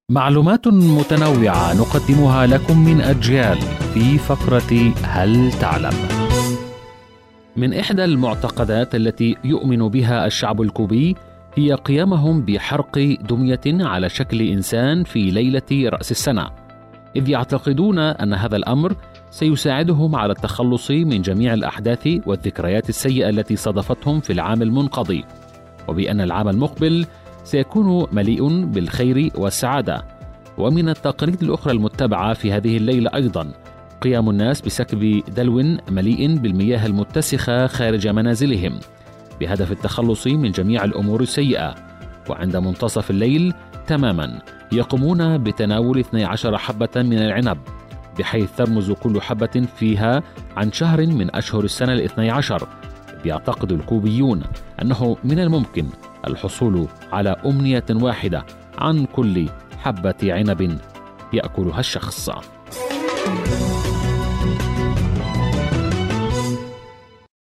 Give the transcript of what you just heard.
معلومات متنوعة نقدمها لكم من أجيال في فقرة هل تعلم؟ من إحدى المعتقدات التي يؤمن بها الشعب الكوبي هي قيامهم بحرق دمية على شكل إنسان في ليلة رأس السنة، إذ يعتقدون أن هذا الأمر سيساعدهم على التخلص من جميع الأحداث والذكريات السيئة التي صادفتهم في العام المنقضي، وبأن العام المقبل سيكون مليء بالخير والسعادة. ومن التقاليد الأخرى المتبعة في هذه الليلة أيضا قيام الناس بسكب دلو مليء بالمياه المتسخة خارج منازلهم بهدف التخلص من جميع الأمور السيئة، وعند منتصف الليل تماما يقومون بتناول 12 حبة من العنب، بحيث ترمز كل حبة فيها عن شهر من أشهر السنة 12. يعتقد الكوبيون أنه من الممكن الحصول على أمنية واحدة عن كل حبة عنب يأكلها الشخص.